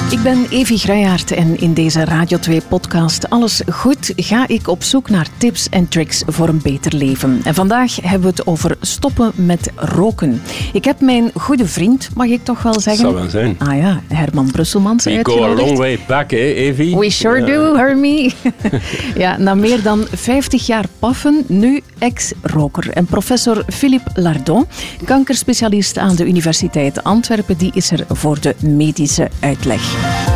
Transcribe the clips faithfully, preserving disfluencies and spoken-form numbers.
Ik ben Evi Gruijaert en in deze Radio twee podcast Alles Goed ga ik op zoek naar tips en tricks voor een beter leven. En vandaag hebben we het over stoppen met roken. Ik heb mijn goede vriend, mag ik toch wel zeggen? Dat zou wel zijn. Ah ja, Herman Brusselmans We uitgenodigd. go a long way back, hè, Evi? We sure do, Hermie. Ja, na meer dan vijftig jaar paffen, nu ex-roker. En professor Philippe Lardon, kankerspecialist aan de Universiteit Antwerpen, die is er voor de medische uitleg.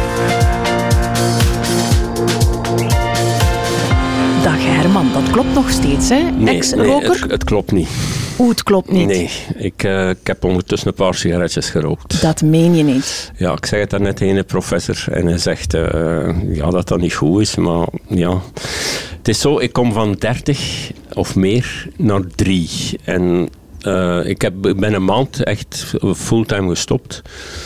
Dag Herman, dat klopt nog steeds, hè? Nee, Ex-roker? nee het, het klopt niet. Oeh, het klopt niet. Nee, ik, uh, ik heb ondertussen een paar sigaretjes gerookt. Dat meen je niet. Ja, ik zeg het daarnet tegen een professor en hij zegt uh, ja, dat dat niet goed is, maar ja. Het is zo, ik kom van dertig of meer naar drie. En uh, ik, heb, ik ben een maand echt fulltime gestopt.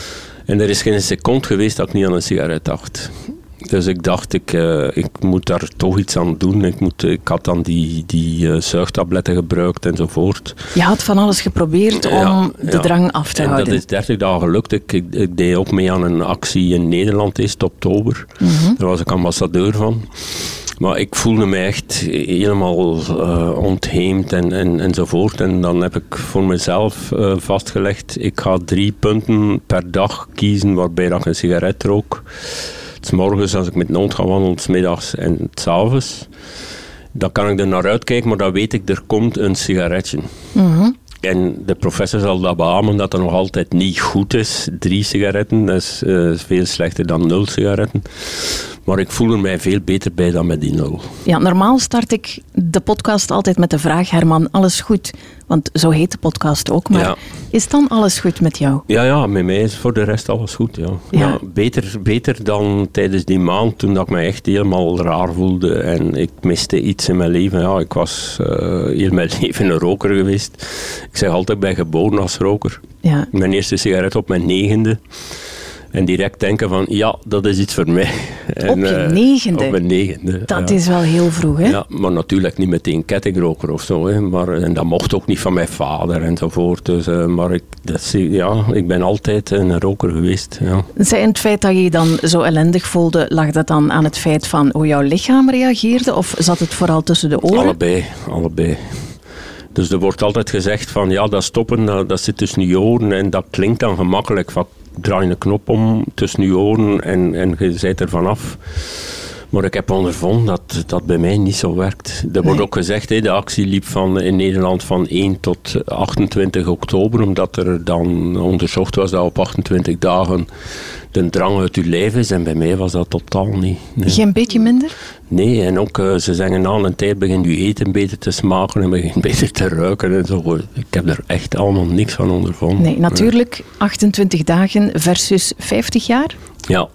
En er is geen seconde geweest dat ik niet aan een sigaret dacht. Dus ik dacht, ik, uh, ik moet daar toch iets aan doen. Ik, moet, ik had dan die, die uh, zuigtabletten gebruikt enzovoort. Je had van alles geprobeerd om ja, de ja. drang af te en houden. Dat is dertig dagen gelukt. Ik, ik, ik deed ook mee aan een actie in Nederland, eerst oktober. Mm-hmm. Daar was ik ambassadeur van. Maar ik voelde me echt helemaal uh, ontheemd en, en, enzovoort. En dan heb ik voor mezelf uh, vastgelegd, ik ga drie punten per dag kiezen waarbij ik een sigaret rook. 's Morgens als ik met de hond ga wandelen, 's middags en 's avonds. Dan kan ik er naar uitkijken, maar dan weet ik, er komt een sigaretje. Mm-hmm. En de professor zal dat beamen dat dat nog altijd niet goed is. Drie sigaretten, dat is uh, veel slechter dan nul sigaretten. Maar ik voel er mij veel beter bij dan met die nul. Ja, normaal start ik de podcast altijd met de vraag, Herman, alles goed? Want zo heet de podcast ook. Maar ja. Is dan alles goed met jou? Ja, ja, met mij is voor de rest alles goed. Ja. Ja. Ja, beter, beter dan tijdens die maand toen dat ik me echt helemaal raar voelde. En ik miste iets in mijn leven. Ja, ik was uh, heel mijn leven een roker geweest. Ik zeg altijd, ik ben geboren als roker. Ja. Mijn eerste sigaret op mijn negende. En direct denken van, ja, dat is iets voor mij. En, Op je uh, negende? Op mijn negende. Dat ja. is wel heel vroeg, hè? Ja, maar natuurlijk niet meteen kettingroker of zo. Hè. Maar, en dat mocht ook niet van mijn vader enzovoort. Dus, uh, maar ik, dat is, ja, ik ben altijd een roker geweest. Ja. Zijn het feit dat je je dan zo ellendig voelde, lag dat dan aan het feit van hoe jouw lichaam reageerde? Of zat het vooral tussen de oren? Allebei, allebei. Dus er wordt altijd gezegd van, ja, dat stoppen, dat, dat zit tussen je oren. En dat klinkt dan gemakkelijk van, draai een knop om tussen je oren en, en je bent er vanaf. Maar ik heb ondervonden dat dat bij mij niet zo werkt. Er wordt Nee. ook gezegd, de actie liep van, in Nederland van één tot achtentwintig oktober, omdat er dan onderzocht was dat op achtentwintig dagen de drang uit je lijf is. En bij mij was dat totaal niet. Nee, Geen beetje minder? nee en ook uh, ze zeggen na een tijd begint je eten beter te smaken en begint beter te ruiken en zo. Ik heb er echt allemaal niks van ondervonden. Nee, natuurlijk achtentwintig dagen versus vijftig jaar. Ja,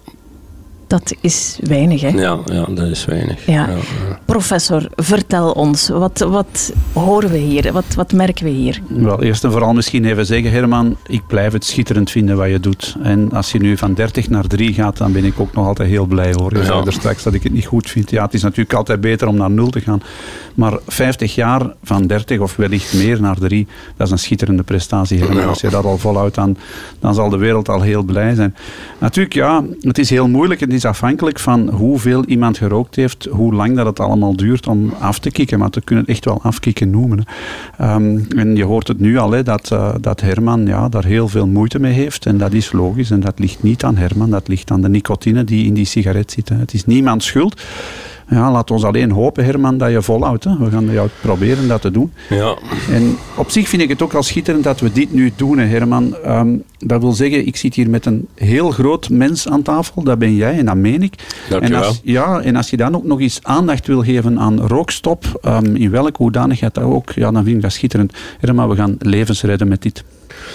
Dat is weinig, hè? ja, ja, dat is weinig. Ja. Ja, ja. Professor, vertel ons, wat, wat horen we hier? Wat, wat merken we hier? Wel, eerst en vooral misschien even zeggen, Herman, ik blijf het schitterend vinden wat je doet. En als je nu van dertig naar drie gaat, dan ben ik ook nog altijd heel blij, hoor. Je Ja. zei er straks dat ik het niet goed vind. Ja, het is natuurlijk altijd beter om naar nul te gaan. Maar vijftig jaar van dertig of wellicht meer naar drie, dat is een schitterende prestatie, Herman. Ja. Als je dat al volhoudt, dan, dan zal de wereld al heel blij zijn. Natuurlijk, ja, het is heel moeilijk. Het is afhankelijk van hoeveel iemand gerookt heeft, hoe lang dat het allemaal duurt om af te kicken. Maar we kunnen het echt wel afkicken noemen. Hè. Um, en je hoort het nu al, hè, dat, uh, dat Herman ja, daar heel veel moeite mee heeft. En dat is logisch. En dat ligt niet aan Herman, dat ligt aan de nicotine die in die sigaret zit. Hè. Het is niemands schuld. Ja, laat ons alleen hopen, Herman, dat je volhoudt. Hè. We gaan jou proberen dat te doen. Ja. En op zich vind ik het ook al schitterend dat we dit nu doen, hè, Herman. Um, dat wil zeggen, ik zit hier met een heel groot mens aan tafel. Dat ben jij en dat meen ik. Dank en je als, wel. ja, en als je dan ook nog eens aandacht wil geven aan rookstop, um, in welke hoedanigheid dat ook, ja, dan vind ik dat schitterend. Herman, we gaan levens redden met dit.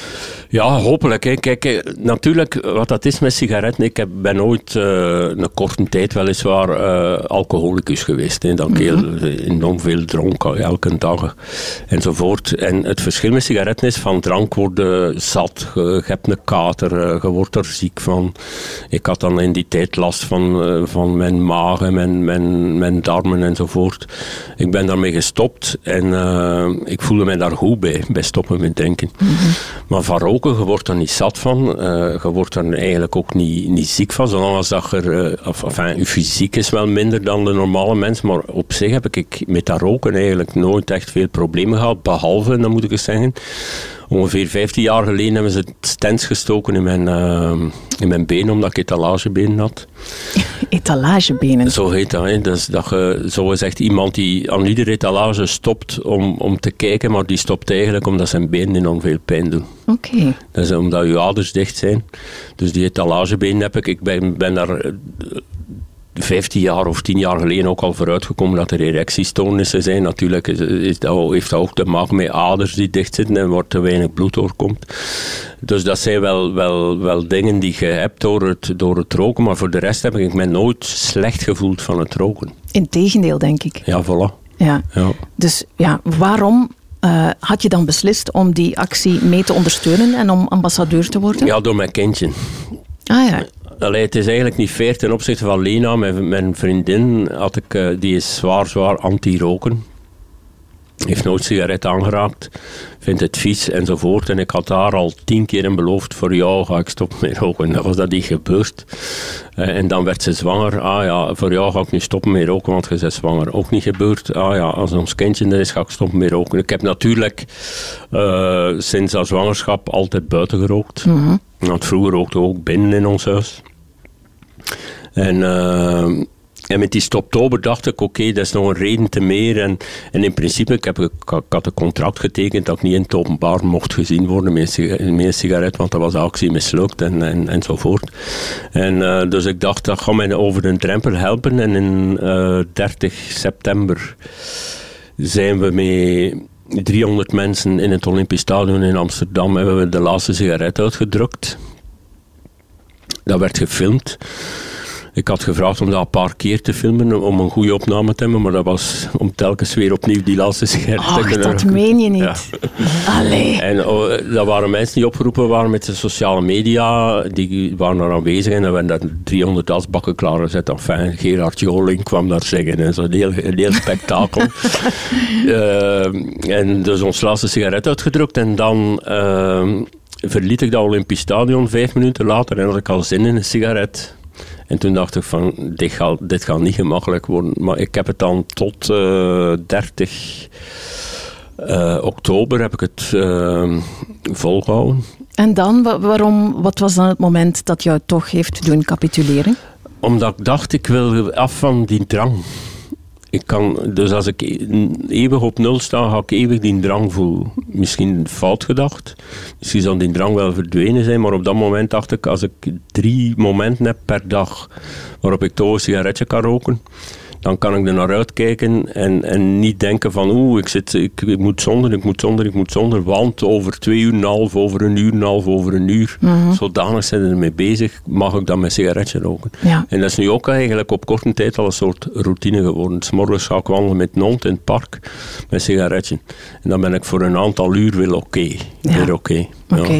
Ja, hopelijk. Hè. Kijk, natuurlijk, wat dat is met sigaretten. Ik heb, ben ooit uh, een korte tijd weliswaar uh, alcoholicus geweest. Hè. Dan mm-hmm. heel enorm veel dronken, elke dag enzovoort. En het verschil met sigaretten is van drank worden zat. Je, je hebt een kater, je wordt er ziek van. Ik had dan in die tijd last van, uh, van mijn maag en mijn, mijn, mijn darmen enzovoort. Ik ben daarmee gestopt en uh, ik voelde mij daar goed bij, bij stoppen met drinken. Mm-hmm. Maar van roken roken, je wordt er niet zat van. Uh, je wordt er eigenlijk ook niet, niet ziek van. Zolang als dat er... Uh, of, enfin, je fysiek is wel minder dan de normale mens. Maar op zich heb ik met dat roken eigenlijk nooit echt veel problemen gehad. Behalve, dan moet ik eens zeggen... Ongeveer vijftien jaar geleden hebben ze stents gestoken in mijn, uh, in mijn benen, omdat ik etalagebenen had. Etalagebenen? Zo heet dat. Hè. Dus dat je, zo is echt iemand die aan iedere etalage stopt om, om te kijken, maar die stopt eigenlijk omdat zijn benen enorm veel pijn doen. Oké. Okay. Dat is omdat je aders dicht zijn. Dus die etalagebenen heb ik. Ik ben, ben daar... Uh, vijftien jaar of tien jaar geleden ook al vooruitgekomen dat er erectiestoornissen zijn. Natuurlijk is, is dat, heeft dat ook te maken met aders die dicht zitten en waar te weinig bloed doorkomt. Dus dat zijn wel, wel, wel dingen die je hebt door het, door het roken, maar voor de rest heb ik me nooit slecht gevoeld van het roken. Integendeel, denk ik. Ja, voilà. Ja. Ja. Dus ja, waarom uh, had je dan beslist om die actie mee te ondersteunen en om ambassadeur te worden? Ja, door mijn kindje. Ah ja. Allee, het is eigenlijk niet fair ten opzichte van Lena, mijn, mijn vriendin, had ik, uh, die is zwaar, zwaar anti-roken. Heeft nooit sigaret aangeraakt, vindt het vies enzovoort. En ik had haar al tien keer in beloofd, voor jou ga ik stoppen met roken. Dat was dat niet gebeurd. Uh, en dan werd ze zwanger. Ah ja, voor jou ga ik nu stoppen met roken, want je bent zwanger. Ook niet gebeurd. Ah ja, als ons kindje er is, ga ik stoppen met roken. Ik heb natuurlijk uh, sinds haar zwangerschap altijd buiten gerookt. Mm-hmm. Want vroeger rookte ook binnen in ons huis. En, uh, en met die stoptober dacht ik, oké, okay, dat is nog een reden te meer. En, en in principe, ik, heb, ik, ik had een contract getekend dat ik niet in het openbaar mocht gezien worden met een sigaret, want dat was de actie mislukt en, en, enzovoort. En uh, dus ik dacht, dat gaat mij over de drempel helpen. En in uh, dertig september zijn we met driehonderd mensen in het Olympisch Stadion in Amsterdam hebben we de laatste sigaret uitgedrukt. Dat werd gefilmd. Ik had gevraagd om dat een paar keer te filmen, om een goede opname te hebben, maar dat was om telkens weer opnieuw die laatste sigaret te kunnen... Ach, dat meen je niet. Ja. Allee. En oh, dat waren mensen die opgeroepen waren met de sociale media, die waren daar aanwezig en er werden daar driehonderd asbakken klaargezet. Enfin, Gerard Joling kwam daar zeggen en zo, een heel, een heel spektakel. uh, en dus ons laatste sigaret uitgedrukt en dan... Uh, verliet ik dat Olympisch Stadion vijf minuten later en had ik al zin in een sigaret. En toen dacht ik van, dit gaat, dit gaat niet gemakkelijk worden. Maar ik heb het dan tot uh, dertig uh, oktober heb ik het uh, volgehouden. En dan, waarom, wat was dan het moment dat jou toch heeft doen capituleren? Omdat ik dacht, ik wil af van die drang. Ik kan, dus als ik eeuwig op nul sta, ga ik eeuwig die drang voelen. Misschien fout gedacht. Misschien zal die drang wel verdwenen zijn, maar op dat moment dacht ik, als ik drie momenten heb per dag waarop ik toch een sigaretje kan roken, dan kan ik er naar uitkijken en, en niet denken van oeh, ik, zit, ik, ik moet zonder, ik moet zonder, ik moet zonder, want over twee uur en een half, over een uur en een half, over een uur, mm-hmm. zodanig zijn we ermee bezig, mag ik dan mijn sigaretje roken. Ja. En dat is nu ook eigenlijk op korte tijd al een soort routine geworden. 's Morgens ga ik wandelen met een hond in het park, met een sigaretje. En dan ben ik voor een aantal uur weer oké. Okay. Ja. Weer oké. Okay. Oké. Okay. Ja.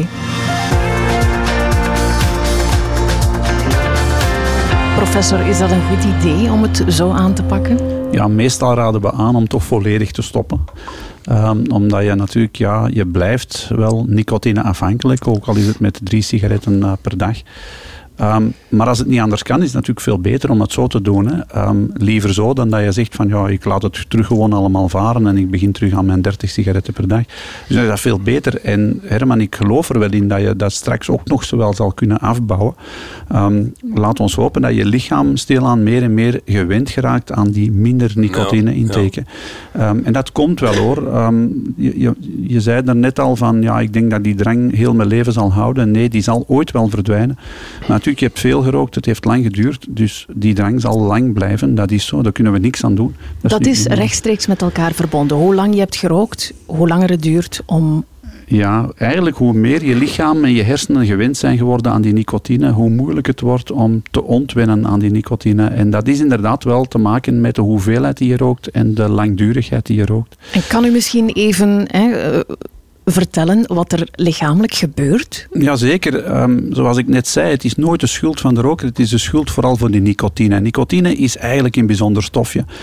Professor, is dat een goed idee om het zo aan te pakken? Ja, meestal raden we aan om toch volledig te stoppen. Um, omdat je natuurlijk, ja, je blijft wel nicotineafhankelijk, ook al is het met drie sigaretten uh, per dag. Um, maar als het niet anders kan, is het natuurlijk veel beter om het zo te doen. Hè. Um, liever zo dan dat je zegt van ja, ik laat het terug gewoon allemaal varen en ik begin terug aan mijn dertig sigaretten per dag. Dus dat is dat veel beter. En Herman, ik geloof er wel in dat je dat straks ook nog zowel zal kunnen afbouwen. Um, laat ons hopen dat je lichaam stilaan meer en meer gewend geraakt aan die minder nicotine-intake. Ja, ja. um, en dat komt wel hoor. Um, je, je, je zei er net al van ja, ik denk dat die drang heel mijn leven zal houden. Nee, die zal ooit wel verdwijnen. Maar je hebt veel gerookt, het heeft lang geduurd, dus die drang zal lang blijven. Dat is zo, daar kunnen we niks aan doen. Dat, dat is, is rechtstreeks met elkaar verbonden. Hoe lang je hebt gerookt, hoe langer het duurt om... Ja, eigenlijk hoe meer je lichaam en je hersenen gewend zijn geworden aan die nicotine, hoe moeilijk het wordt om te ontwennen aan die nicotine. En dat is inderdaad wel te maken met de hoeveelheid die je rookt en de langdurigheid die je rookt. En kan u misschien even... Hè, uh, vertellen wat er lichamelijk gebeurt? Jazeker. Um, zoals ik net zei, het is nooit de schuld van de roker, het is de schuld vooral van die nicotine. Nicotine is eigenlijk een bijzonder stofje.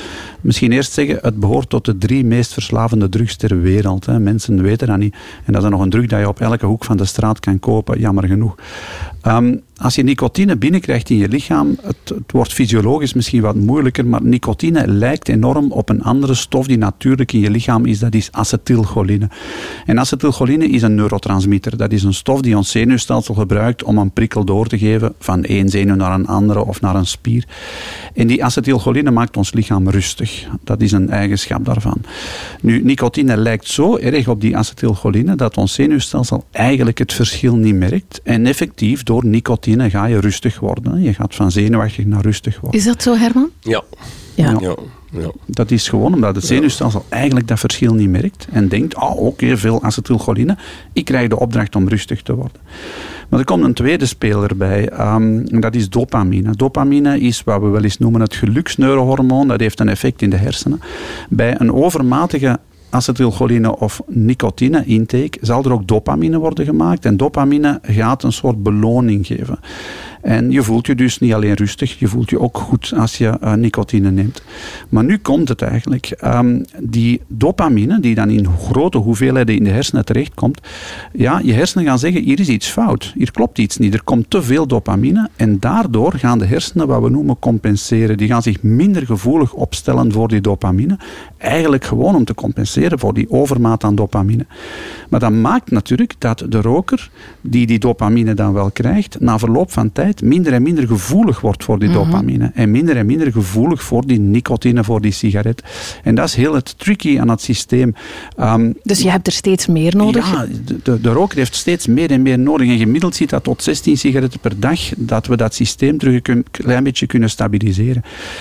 Misschien eerst zeggen, het behoort tot de drie meest verslavende drugs ter wereld. Hè. Mensen weten dat niet. En dat is nog een drug dat je op elke hoek van de straat kan kopen, jammer genoeg. Um, als je nicotine binnenkrijgt in je lichaam, het, het wordt fysiologisch misschien wat moeilijker, maar nicotine lijkt enorm op een andere stof die natuurlijk in je lichaam is, dat is acetylcholine. En acetylcholine is een neurotransmitter. Dat is een stof die ons zenuwstelsel gebruikt om een prikkel door te geven van één zenuw naar een andere of naar een spier. En die acetylcholine maakt ons lichaam rustig. Dat is een eigenschap daarvan. Nu, nicotine lijkt zo erg op die acetylcholine dat ons zenuwstelsel eigenlijk het verschil niet merkt. En effectief, door nicotine ga je rustig worden. Je gaat van zenuwachtig naar rustig worden. Is dat zo, Herman? Ja. Ja. ja. ja. Ja. Dat is gewoon omdat het zenuwstelsel eigenlijk dat verschil niet merkt en denkt, oh, oké, okay, veel acetylcholine, ik krijg de opdracht om rustig te worden. Maar er komt een tweede speler bij, um, en dat is dopamine. Dopamine is wat we wel eens noemen het geluksneurohormoon, dat heeft een effect in de hersenen. Bij een overmatige acetylcholine of nicotine-intake zal er ook dopamine worden gemaakt en dopamine gaat een soort beloning geven. En je voelt je dus niet alleen rustig, je voelt je ook goed als je uh, nicotine neemt. Maar nu komt het eigenlijk. Um, die dopamine, die dan in grote hoeveelheden in de hersenen terechtkomt, ja, je hersenen gaan zeggen, hier is iets fout. Hier klopt iets niet. Er komt te veel dopamine en daardoor gaan de hersenen wat we noemen compenseren. Die gaan zich minder gevoelig opstellen voor die dopamine. Eigenlijk gewoon om te compenseren voor die overmaat aan dopamine. Maar dat maakt natuurlijk dat de roker, die die dopamine dan wel krijgt, na verloop van tijd minder en minder gevoelig wordt voor die mm-hmm. dopamine. En minder en minder gevoelig voor die nicotine, voor die sigaret. En dat is heel het tricky aan het systeem. Um, dus je hebt er steeds meer nodig? Ja, de, de, de roker heeft steeds meer en meer nodig. En gemiddeld ziet dat tot zestien sigaretten per dag, dat we dat systeem terug een klein beetje kunnen stabiliseren.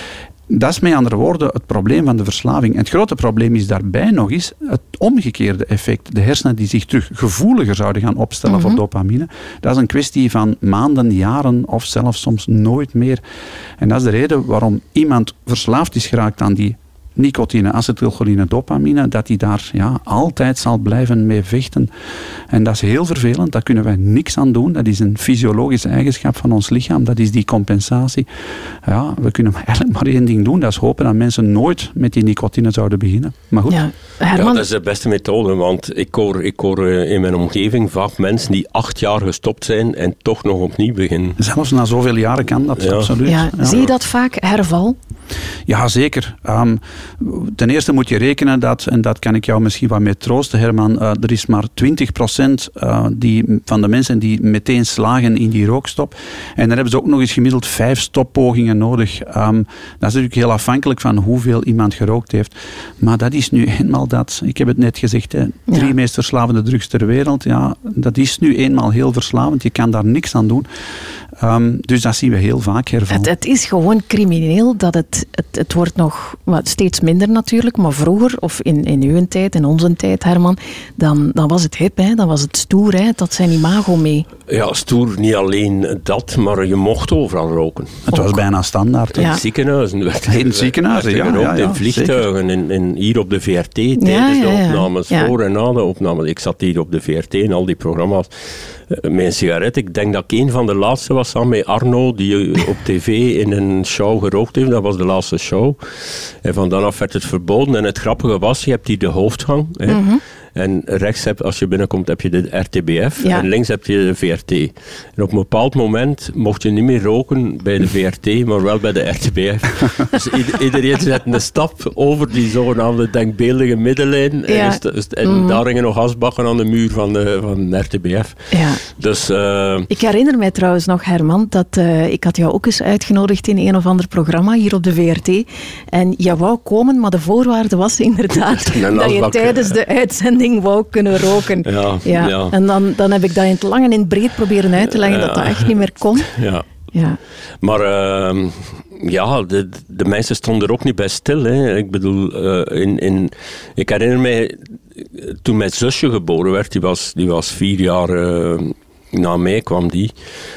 Dat is met andere woorden het probleem van de verslaving. En het grote probleem is daarbij nog eens het omgekeerde effect. De hersenen die zich terug gevoeliger zouden gaan opstellen mm-hmm. voor dopamine. Dat is een kwestie van maanden, jaren of zelfs soms nooit meer. En dat is de reden waarom iemand verslaafd is geraakt aan die nicotine, acetylcholine, dopamine, dat die daar ja, altijd zal blijven mee vechten. En dat is heel vervelend, daar kunnen wij niks aan doen. Dat is een fysiologische eigenschap van ons lichaam, dat is die compensatie. Ja, we kunnen eigenlijk maar één ding doen, dat is hopen dat mensen nooit met die nicotine zouden beginnen. Maar goed. Ja, Herman... ja dat is de beste methode, want ik hoor, ik hoor in mijn omgeving vaak mensen die acht jaar gestopt zijn en toch nog opnieuw beginnen. Zelfs na zoveel jaren kan dat, ja. absoluut. Ja, ja. Zie je dat vaak, herval? Ja, zeker. Um, ten eerste moet je rekenen dat, en dat kan ik jou misschien wat mee troosten, Herman, uh, er is maar twintig procent uh, die, van de mensen die meteen slagen in die rookstop. En dan hebben ze ook nog eens gemiddeld vijf stoppogingen nodig. Um, dat is natuurlijk heel afhankelijk van hoeveel iemand gerookt heeft. Maar dat is nu eenmaal dat, ik heb het net gezegd, hè, drie ja. meest verslavende drugs ter wereld. Ja, dat is nu eenmaal heel verslavend. Je kan daar niks aan doen. Um, dus dat zien we heel vaak herval. Het, het is gewoon crimineel dat het, het, het wordt nog wat, steeds minder natuurlijk, maar vroeger, of in, in uw tijd, in onze tijd, Herman, dan, dan was het hip, hè, dan was het stoer, hè, dat zijn imago mee. Ja, stoer, niet alleen dat, maar je mocht overal roken. Het was Ook. bijna standaard. In ja. ziekenhuizen werd in ziekenhuizen, werd ja, gerookt, ja, ja, in vliegtuigen, in, in, hier op de V R T, tijdens ja, ja, ja. de opnames, ja. voor en na de opnames. Ik zat hier op de V R T en al die programma's. Mijn sigaret, ik denk dat ik een van de laatste was samen met Arno, die op tv in een show gerookt heeft. Dat was de laatste show. En van dan af werd het verboden. En het grappige was, je hebt hier de hoofdgang. Hè. Mm-hmm. En rechts, heb, als je binnenkomt, heb je de R T B F. Ja. En links heb je de V R T. En op een bepaald moment mocht je niet meer roken bij de V R T, maar wel bij de R T B F. Dus iedereen zette een stap over die zogenaamde denkbeeldige middenlijn. Ja. En, dus, en mm-hmm. daar gingen nog asbakken aan de muur van de, van de R T B F. Ja. Dus, uh, ik herinner mij trouwens nog, Herman, dat uh, ik had jou ook eens uitgenodigd in een of ander programma hier op de V R T. En je wou komen, maar de voorwaarde was inderdaad dat je tijdens de uitzending wou kunnen roken. Ja, ja. ja. En dan, dan heb ik dat in het lang en in het breed proberen uit te leggen ja. dat dat echt niet meer kon. Ja. Ja. Maar uh, ja, de, de mensen stonden er ook niet bij stil. Hè. Ik bedoel, uh, in, in, ik herinner mij, toen mijn zusje geboren werd, die was, die was vier jaar uh, na mij kwam die.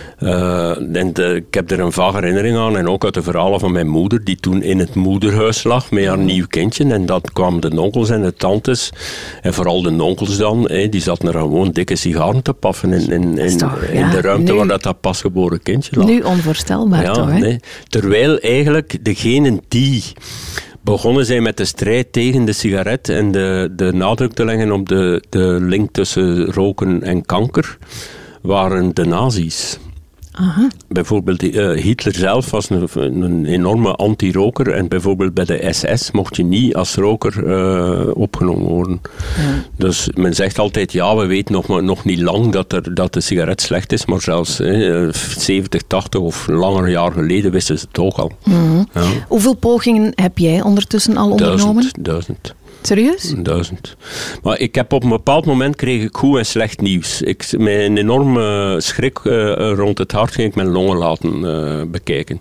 Uh, en de, ik heb er een vage herinnering aan, en ook uit de verhalen van mijn moeder, die toen in het moederhuis lag met haar nieuw kindje. En dan kwamen de onkels en de tantes, en vooral de onkels dan, hey, die zaten er gewoon dikke sigaren te paffen in, in, in, toch, in ja, de ruimte nu, waar dat, dat pasgeboren kindje lag. Nu onvoorstelbaar ja, toch, hè? Nee. Terwijl eigenlijk degenen die begonnen zijn met de strijd tegen de sigaret en de, de nadruk te leggen op de, de link tussen roken en kanker, waren de nazi's. Aha. Bijvoorbeeld uh, Hitler zelf was een, een enorme anti-roker en bijvoorbeeld bij de S S mocht je niet als roker uh, opgenomen worden. Ja. Dus men zegt altijd, ja, we weten nog, nog niet lang dat, er, dat de sigaret slecht is, maar zelfs eh, zeventig, tachtig of langer jaar geleden wisten ze het ook al. Mm-hmm. Ja. Hoeveel pogingen heb jij ondertussen al ondernomen? Duizend. duizend. Serieus? Duizend. Maar ik heb op een bepaald moment kreeg ik goed en slecht nieuws. Ik, met een enorme schrik uh, rond het hart ging ik mijn longen laten uh, bekijken.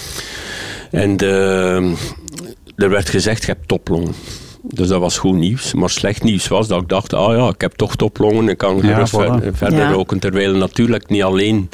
En de, er werd gezegd, je hebt toplongen. Dus dat was goed nieuws. Maar slecht nieuws was dat ik dacht, ah ja, ik heb toch toplongen, ik kan gerust ja, ver, verder ja. roken. Terwijl natuurlijk niet alleen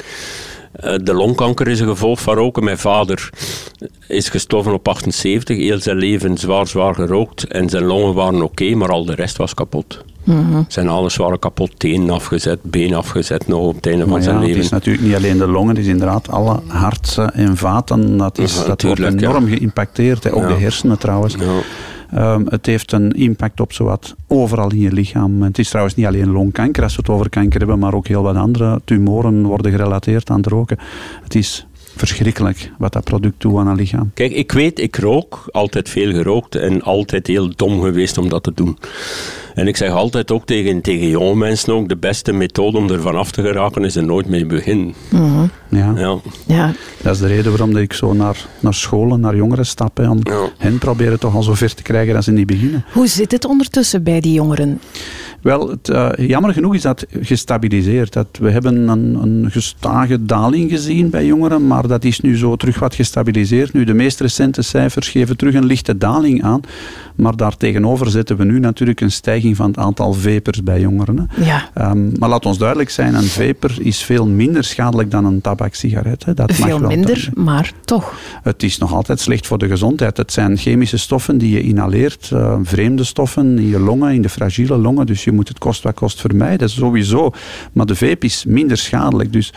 de longkanker is een gevolg van roken. Mijn vader is gestorven op achtenzeventig, heel zijn leven zwaar, zwaar gerookt. En zijn longen waren oké, okay, maar al de rest was kapot. Mm-hmm. Zijn alles waren kapot, tenen afgezet, benen afgezet nog op het einde maar van ja, zijn leven. Het is natuurlijk niet alleen de longen, het is inderdaad alle harten en vaten. Dat, is, ja, dat wordt enorm ja. geïmpacteerd, hè. Ook ja. de hersenen trouwens. Ja. Um, het heeft een impact op zowat overal in je lichaam. Het is trouwens niet alleen longkanker als we het over kanker hebben, maar ook heel wat andere tumoren worden gerelateerd aan het roken. Het is verschrikkelijk wat dat product doet aan het lichaam. Kijk, ik weet, ik rook, altijd veel gerookt en altijd heel dom geweest om dat te doen. En ik zeg altijd ook tegen, tegen jonge mensen ook, de beste methode om er vanaf te geraken is er nooit mee beginnen. Mm-hmm. Ja. Ja. Ja. Dat is de reden waarom ik zo naar, naar scholen, naar jongeren stap, om ja. hen proberen toch al zo ver te krijgen dat ze niet beginnen. Hoe zit het ondertussen bij die jongeren? Wel, het, uh, jammer genoeg is dat gestabiliseerd. Dat we hebben een, een gestage daling gezien bij jongeren, maar dat is nu zo terug wat gestabiliseerd. Nu, de meest recente cijfers geven terug een lichte daling aan, maar daartegenover zetten we nu natuurlijk een stijging van het aantal vapers bij jongeren. Ja. Um, maar laat ons duidelijk zijn, een vaper is veel minder schadelijk dan een tabakssigaret. Hè. Dat veel mag wel minder, dat, maar toch. Het is nog altijd slecht voor de gezondheid. Het zijn chemische stoffen die je inhaleert, uh, vreemde stoffen in je longen, in de fragiele longen, dus je moet het kost wat kost vermijden, sowieso. Maar de vape is minder schadelijk, dus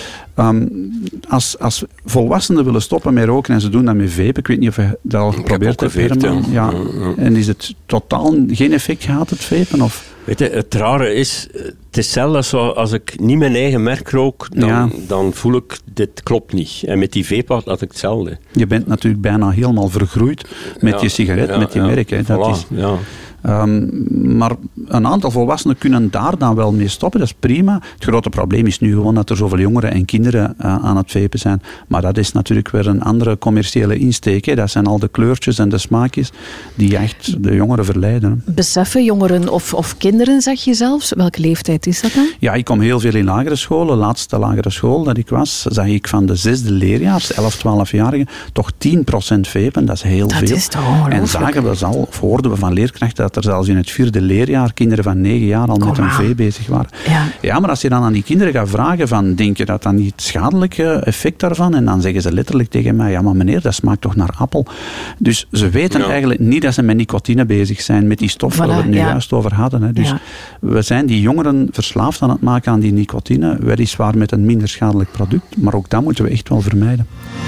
Um, als, als volwassenen willen stoppen met roken en ze doen dat met vape, ik weet niet of je dat al geprobeerd hebt, Herman. Ja. Ja. En is het totaal geen effect gehad, het vapen? Of? Weet je, het rare is, het is zelfs als, als ik niet mijn eigen merk rook, dan, ja. dan voel ik, dit klopt niet. En met die vape had, had ik hetzelfde. Je bent natuurlijk bijna helemaal vergroeid met ja, je sigaret, ja, met je ja, merk. Hè. Dat voilà, is, ja. Um, maar een aantal volwassenen kunnen daar dan wel mee stoppen, dat is prima. Het grote probleem is nu gewoon dat er zoveel jongeren en kinderen uh, aan het vapen zijn. Maar dat is natuurlijk weer een andere commerciële insteek. Hè. Dat zijn al de kleurtjes en de smaakjes die echt de jongeren verleiden. Beseffen jongeren of, of kinderen, zeg je zelfs? Welke leeftijd is dat dan? Ja, ik kom heel veel in lagere scholen. De laatste lagere school dat ik was, zag ik van de zesde leerjaars, elf, twaalfjarigen, toch tien procent vapen. Dat is heel dat veel. Is toch ongelooflijk. En zagen we al, of hoorden we van leerkrachten dat er zelfs in het vierde leerjaar kinderen van negen jaar al Kom met een vape bezig waren. Ja. ja, maar als je dan aan die kinderen gaat vragen van, denk je dat dan niet het schadelijke effect daarvan? En dan zeggen ze letterlijk tegen mij, ja maar meneer, dat smaakt toch naar appel? Dus ze weten ja. eigenlijk niet dat ze met nicotine bezig zijn, met die stof voilà, waar we het nu ja. juist over hadden. Hè. Dus ja. we zijn die jongeren verslaafd aan het maken aan die nicotine, weliswaar met een minder schadelijk product, maar ook dat moeten we echt wel vermijden.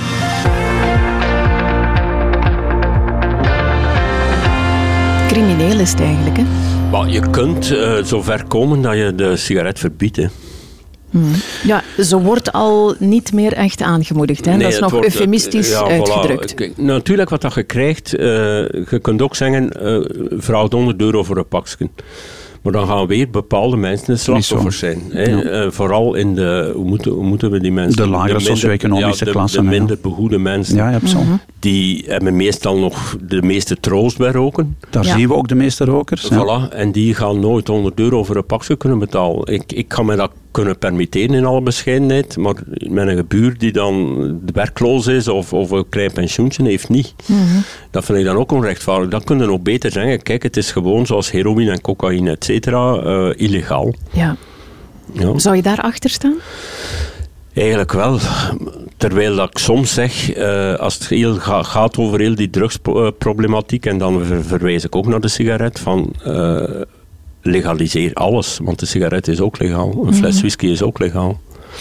Crimineel is het eigenlijk, hè? Maar je kunt uh, zo ver komen dat je de sigaret verbiedt, hè. Hmm. Ja, ze wordt al niet meer echt aangemoedigd. Hè? Nee, dat is nog wordt, eufemistisch ja, uitgedrukt. Voilà. Natuurlijk, wat dat je krijgt, uh, je kunt ook zeggen, uh, vraag honderd euro voor een pakje. Maar dan gaan weer bepaalde mensen de slachtoffers zijn. Hè? Ja. Uh, vooral in de, hoe moeten, hoe moeten we die mensen... De lagere socio-economische ja, klassen. De minder ja. begoede mensen. Ja, ja, mm-hmm. Die hebben meestal nog de meeste troost bij roken. Daar ja. zien we ook de meeste rokers. Voilà. Ja. En die gaan nooit honderd euro voor een pakje kunnen betalen. Ik, ik ga me dat kunnen permitteren in alle bescheidenheid, maar met een gebuur die dan werkloos is of, of een klein pensioentje heeft niet. Mm-hmm. Dat vind ik dan ook onrechtvaardig. Dat kunnen we ook beter zeggen. Kijk, het is gewoon zoals heroïne en cocaïne, et cetera, uh, illegaal. Ja. Ja. Zou je daar achter staan? Eigenlijk wel. Terwijl dat ik soms zeg, uh, als het heel ga, gaat over heel die drugsproblematiek, en dan ver, verwijs ik ook naar de sigaret, van... Uh, legaliseer alles, want de sigaret is ook legaal. Een fles whisky is ook legaal.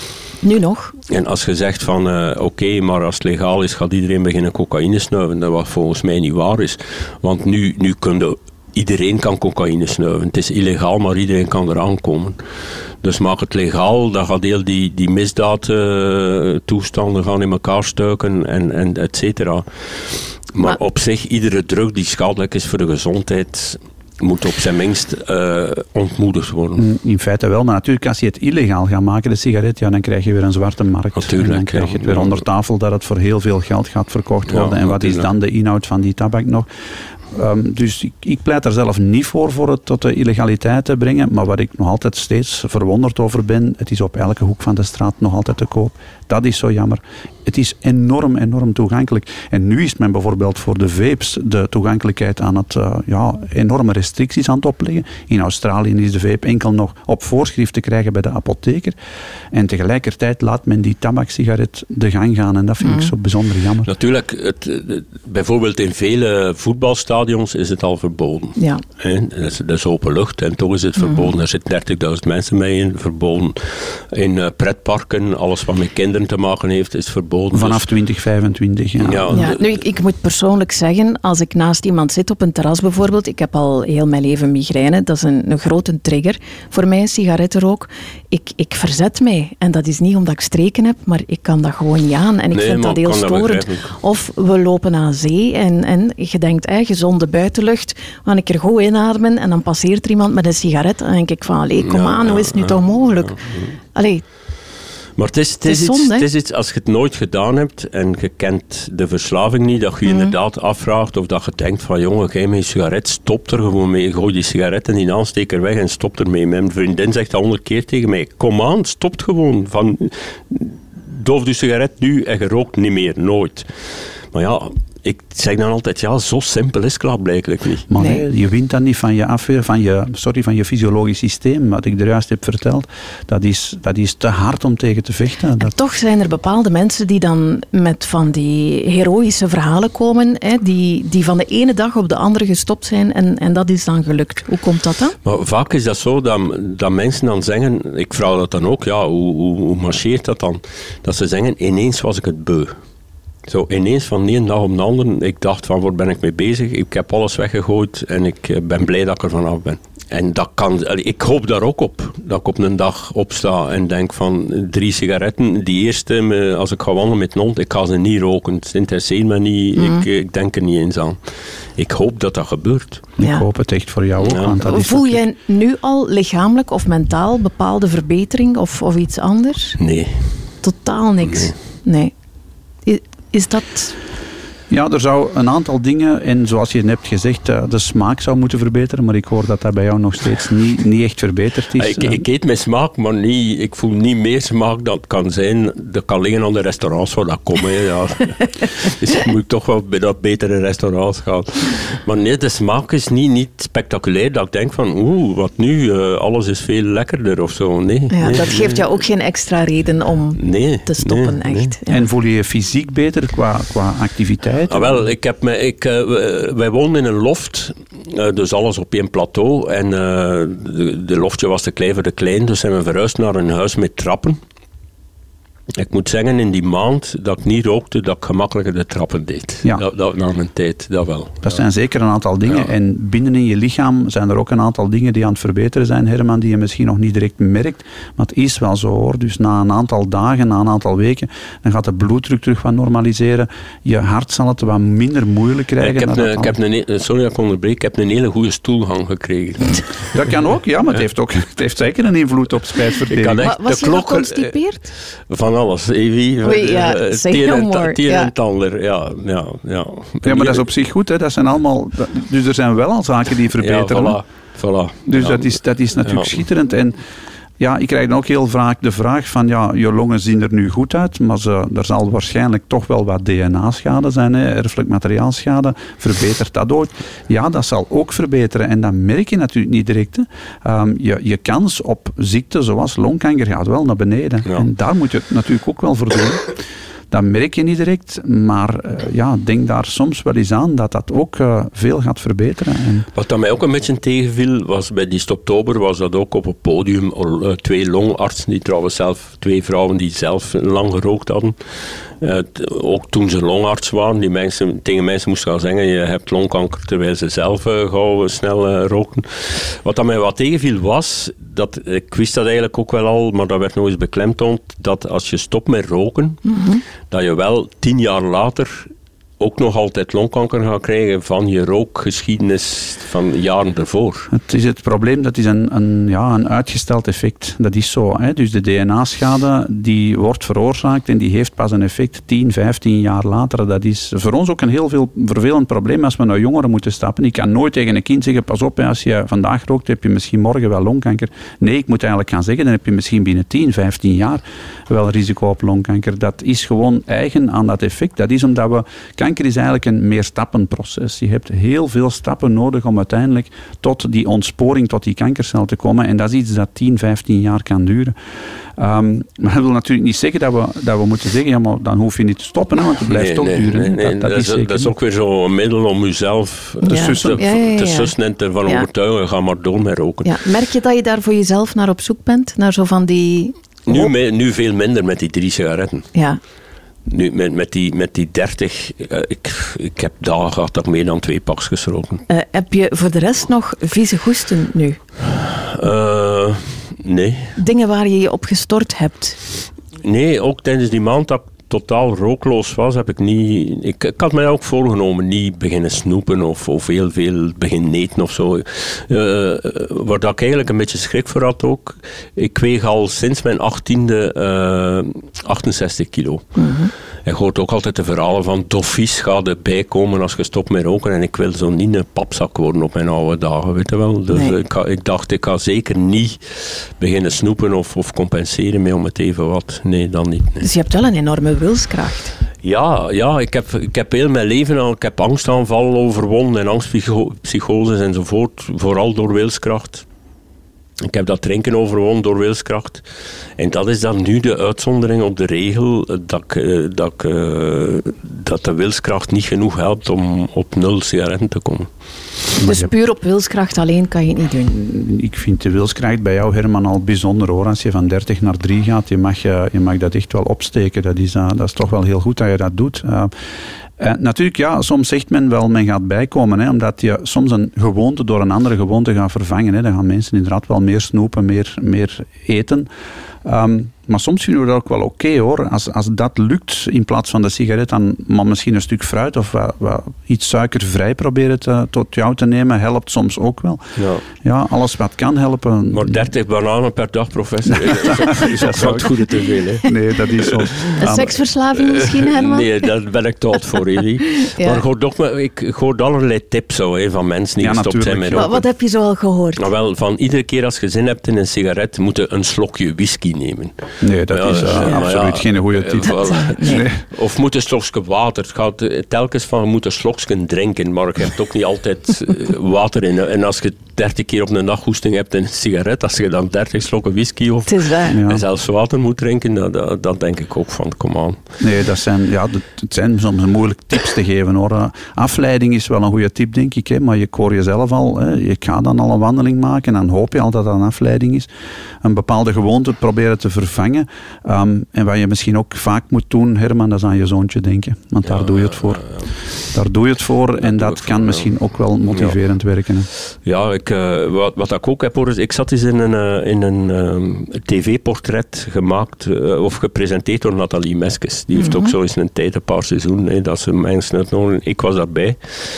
Nu nog. En als je zegt van, uh, oké, okay, maar als het legaal is, gaat iedereen beginnen cocaïne snuiven, dat wat volgens mij niet waar is. Want nu, nu kun je, iedereen kan cocaïne snuiven. Het is illegaal, maar iedereen kan eraan komen. Dus maak het legaal, dan gaat heel die, die misdaadtoestanden uh, gaan in elkaar stuiken en, en et cetera. Maar, maar op zich, iedere drug die schadelijk is voor de gezondheid, moet op zijn minst uh, ontmoedigd worden. In feite wel, maar natuurlijk als je het illegaal gaat maken, de sigaret, ja, dan krijg je weer een zwarte markt. Natuurlijk, en dan krijg je het weer ja. onder tafel dat het voor heel veel geld gaat verkocht worden. Ja, en wat natuurlijk. Is dan de inhoud van die tabak nog? Um, dus ik, ik pleit er zelf niet voor, voor het tot de illegaliteit te brengen, maar waar ik nog altijd steeds verwonderd over ben, het is op elke hoek van de straat nog altijd te koop. Dat is zo jammer. Het is enorm, enorm toegankelijk. En nu is men bijvoorbeeld voor de vapes de toegankelijkheid aan het, uh, ja, enorme restricties aan het opleggen. In Australië is de vape enkel nog op voorschrift te krijgen bij de apotheker. En tegelijkertijd laat men die tabaksigaret de gang gaan. En dat vind mm. ik zo bijzonder jammer. Natuurlijk, het, het, bijvoorbeeld in vele voetbalstadions is het al verboden. Ja. He, dat, is, dat is open lucht en toch is het verboden. Mm. Er zitten dertigduizend mensen mee in, verboden. In uh, pretparken, alles wat met kinderen te maken heeft, is verboden. Vanaf dus twintig vijfentwintig, ja. ja, ja nu, ik, ik moet persoonlijk zeggen, als ik naast iemand zit op een terras bijvoorbeeld, ik heb al heel mijn leven migraine, dat is een, een grote trigger voor mij, sigarettenrook. Ik, ik verzet mij. En dat is niet omdat ik streken heb, maar ik kan dat gewoon niet aan. En ik nee, vind dat heel storend. Dat of we lopen aan zee en, en je denkt, eh, gezonde buitenlucht, ga ik er goed inademen en dan passeert er iemand met een sigaret. En dan denk ik van, allee, kom ja, aan, ja, hoe is het nu ja, toch mogelijk? Ja, ja. Allee, Maar het is, het, is het, is iets, zonde, het is iets, als je het nooit gedaan hebt en je kent de verslaving niet, dat je je mm. inderdaad afvraagt of dat je denkt van, jongen, ga je met je sigaret, stop er gewoon mee, gooi die sigaret en die aansteker weg en stop ermee. Mijn vriendin zegt dat honderd keer tegen mij, kom aan, stop gewoon. Van, doof de sigaret nu en je rookt niet meer, nooit. Maar ja, ik zeg dan altijd, ja, zo simpel is het blijkbaar niet. Maar nee, je wint dan niet van je afweer, van je, sorry, van je fysiologisch systeem, wat ik er juist heb verteld. Dat is, dat is te hard om tegen te vechten. En dat... toch zijn er bepaalde mensen die dan met van die heroïsche verhalen komen, hè, die, die van de ene dag op de andere gestopt zijn en, en dat is dan gelukt. Hoe komt dat dan? Maar vaak is dat zo dat, dat mensen dan zeggen, ik vraag dat dan ook, ja, hoe, hoe, hoe marcheert dat dan? Dat ze zeggen, ineens was ik het beu. Zo ineens van de ene dag op de andere, ik dacht van waar ben ik mee bezig? Ik heb alles weggegooid en ik ben blij dat ik er vanaf ben. En dat kan, ik hoop daar ook op, dat ik op een dag opsta en denk van drie sigaretten. Die eerste, als ik ga wandelen met een hond, ik ga ze niet roken. Het interesseert me niet, mm. ik, ik denk er niet eens aan. Ik hoop dat dat gebeurt. Ik ja. hoop het echt voor jou ook. Ja. Want dat is Voel je nu al lichamelijk of mentaal bepaalde verbetering of, of iets anders? Nee. Totaal niks? Nee. nee. Is dat... Ja, er zou een aantal dingen, en zoals je net hebt gezegd, de smaak zou moeten verbeteren, maar ik hoor dat dat bij jou nog steeds niet, niet echt verbeterd is. Ik, ik eet mijn smaak, maar niet, ik voel niet meer smaak dan het kan zijn. Dat kan liggen aan de restaurants waar dat komt. Ja. Dus moet ik toch wel bij dat betere restaurants gaan. Maar nee, de smaak is niet, niet spectaculair, dat ik denk van, oeh, wat nu, uh, alles is veel lekkerder of zo. Nee, ja, nee, dat geeft nee. jou ook geen extra reden om nee, te stoppen, nee, echt. Nee. Ja. En voel je je fysiek beter qua, qua activiteit? Ah, wel, ik heb me, ik, uh, wij woonden in een loft, uh, dus alles op één plateau. En uh, de, de loftje was te klein voor de klein, dus zijn we verhuisd naar een huis met trappen. Ik moet zeggen, in die maand dat ik niet rookte, dat ik gemakkelijker de trappen deed. Ja. Dat, dat na mijn tijd, dat wel. Dat zijn zeker een aantal dingen. Ja. En binnenin je lichaam zijn er ook een aantal dingen die aan het verbeteren zijn, Herman, die je misschien nog niet direct merkt. Maar het is wel zo, hoor. Dus na een aantal dagen, na een aantal weken, dan gaat de bloeddruk terug wat normaliseren. Je hart zal het wat minder moeilijk krijgen. Ik heb, een, ik heb een, sorry dat ik onderbreek, ik heb een hele goede stoelgang gekregen. Dat kan ook, ja, maar het heeft, ook, het heeft zeker een invloed op spijsvertering. Echt, was je klok, geconstipeerd? Van alles, Evie. Oei, ja, uh, zeg no more. Tier en tander, ja, ja, ja. Ja, maar dat is op zich goed, hè. Dat zijn allemaal, dus er zijn wel al zaken die verbeteren. Ja, voilà, voilà. Dus ja. dat, is, dat is natuurlijk ja. schitterend. En ja, ik krijg dan ook heel vaak de vraag van, ja, je longen zien er nu goed uit, maar ze, er zal waarschijnlijk toch wel wat D N A-schade zijn, hè, erfelijk materiaalschade. Verbetert dat ooit? Ja, dat zal ook verbeteren. En dat merk je natuurlijk niet direct. Hè. Um, je, je kans op ziekte zoals longkanker gaat wel naar beneden. Ja. En daar moet je het natuurlijk ook wel voor doen. Dat merk je niet direct, maar uh, ja, denk daar soms wel eens aan dat dat ook uh, veel gaat verbeteren. En wat dat mij ook een beetje tegenviel, was bij die Stoptober, was dat ook op het podium uh, twee longartsen, die trouwens zelf, twee vrouwen die zelf lang gerookt hadden. Uh, t- ook toen ze longarts waren, die mensen, tegen mensen moesten gaan zeggen, je hebt longkanker, terwijl ze zelf uh, gauw snel uh, roken. Wat dat mij wat tegenviel was, dat, ik wist dat eigenlijk ook wel al, maar dat werd nog eens beklemtoond, dat als je stopt met roken, mm-hmm. dat je wel tien jaar later ook nog altijd longkanker gaat krijgen van je rookgeschiedenis van jaren ervoor. Het is het probleem, dat is een, een, ja, een uitgesteld effect. Dat is zo. Hè? Dus de D N A-schade die wordt veroorzaakt en die heeft pas een effect tien, vijftien jaar later. Dat is voor ons ook een heel veel vervelend probleem als we naar jongeren moeten stappen. Ik kan nooit tegen een kind zeggen, pas op, als je vandaag rookt, heb je misschien morgen wel longkanker. Nee, ik moet eigenlijk gaan zeggen, dan heb je misschien binnen tien, vijftien jaar wel risico op longkanker. Dat is gewoon eigen aan dat effect. Dat is omdat we... Kanker is eigenlijk een meerstappenproces. Je hebt heel veel stappen nodig om uiteindelijk tot die ontsporing, tot die kankercel te komen. En dat is iets dat tien, vijftien jaar kan duren. Um, maar dat wil natuurlijk niet zeggen dat we, dat we moeten zeggen, ja, maar dan hoef je niet te stoppen, hè, want het blijft nee, toch nee, duren. Nee, nee, dat, dat, dat, is is, dat is ook weer zo'n middel om jezelf te ja. sussen ja, ja, ja. te sussen en ervan ja. overtuigen, ga maar door met roken. Ja. Merk je dat je daar voor jezelf naar op zoek bent? Naar zo van die... Nu, me, nu veel minder met die drie sigaretten. Ja. Nu, met, met, die, met die dertig, uh, ik, ik heb dagen gehad dat ik meer dan twee pakjes roken. Uh, heb je voor de rest nog vieze goesten nu? Uh, nee. Dingen waar je je op gestort hebt? Nee, ook tijdens die maand dat ik totaal rookloos was, heb ik niet... Ik, ik had mij ook voorgenomen, niet beginnen snoepen of, of heel veel beginnen eten of zo. Uh, waar dat ik eigenlijk een beetje schrik voor had ook. Ik weeg al sinds mijn achttiende uh, achtenzestig kilo. Mm-hmm. Je hoort ook altijd de verhalen van doffies gaat erbij komen als je stopt met roken. En ik wil zo niet een papzak worden op mijn oude dagen, weet je wel. Dus nee. ik, ik dacht, ik ga zeker niet beginnen snoepen of, of compenseren mee om het even wat. Nee, dan niet. Nee. Dus je hebt wel een enorme wilskracht. Ja, ja ik, heb, ik heb heel mijn leven al, ik heb angstaanvallen overwonnen en angstpsychoses enzovoort, vooral door wilskracht. Ik heb dat drinken overwonnen door wilskracht. En dat is dan nu de uitzondering op de regel dat, ik, dat, ik, dat de wilskracht niet genoeg helpt om op nul sigaretten te komen. Dus puur op wilskracht alleen kan je het niet doen? Ik vind de wilskracht bij jou, Herman, al bijzonder hoor. Als je van dertig naar drie gaat, je mag, je mag dat echt wel opsteken. Dat is, uh, dat is toch wel heel goed dat je dat doet. Uh, Uh, natuurlijk, ja, soms zegt men wel, men gaat bijkomen, hè, omdat je soms een gewoonte door een andere gewoonte gaat vervangen. Hè. Dan gaan mensen inderdaad wel meer snoepen, meer, meer eten. Um, maar soms vinden we dat ook wel oké okay, hoor. Als, als dat lukt, in plaats van de sigaret, dan maar misschien een stuk fruit of wat, wat, iets suikervrij proberen te, tot jou te nemen, helpt soms ook wel. Ja, ja alles wat kan helpen. Maar dertig bananen per dag, professor, is dat wat goede te veel. Hè? Nee, dat is zo. Een seksverslaving misschien, Herman? Nee, daar ben ik tot voor, Elie. Ja. Maar hoor toch, ik hoor allerlei tips zo, hè, van mensen die ja, gestopt zijn met roken. Wat heb je zo al gehoord? Nou wel, van iedere keer als je zin hebt in een sigaret, moet je een slokje whisky nemen. Nee, dat ja, is uh, ja, absoluut ja, geen goede tip. Voilà. Nee. Of moet een slokje water. Het gaat telkens van, je moet een slokje drinken, maar je hebt ook niet altijd water in. En als je dertig keer op een dag hoesting hebt in een sigaret, als je dan dertig slokken whisky of ja. zelfs water moet drinken, dat, dat, dat denk ik ook van, kom aan. Nee, dat zijn, ja, dat, het zijn soms moeilijk tips te geven hoor. Afleiding is wel een goede tip, denk ik, hè, maar je hoor jezelf al, hè, je gaat dan al een wandeling maken en dan hoop je al dat dat een afleiding is. Een bepaalde gewoonte proberen te vervangen. Um, en wat je misschien ook vaak moet doen, Herman, dat is aan je zoontje denken. Want daar ja, doe je het voor. Ja, ja. Daar doe je het voor dat en dat kan voor, misschien ja. ook wel motiverend ja. werken. Hè. Ja, ik, uh, wat, wat ik ook heb horen, ik zat eens in een, uh, in een um, tv-portret gemaakt uh, of gepresenteerd door Nathalie Meskes. Die heeft mm-hmm. ook zo eens een tijd, een paar seizoenen, hè, dat ze mensen uitnodigen. Ik was daarbij.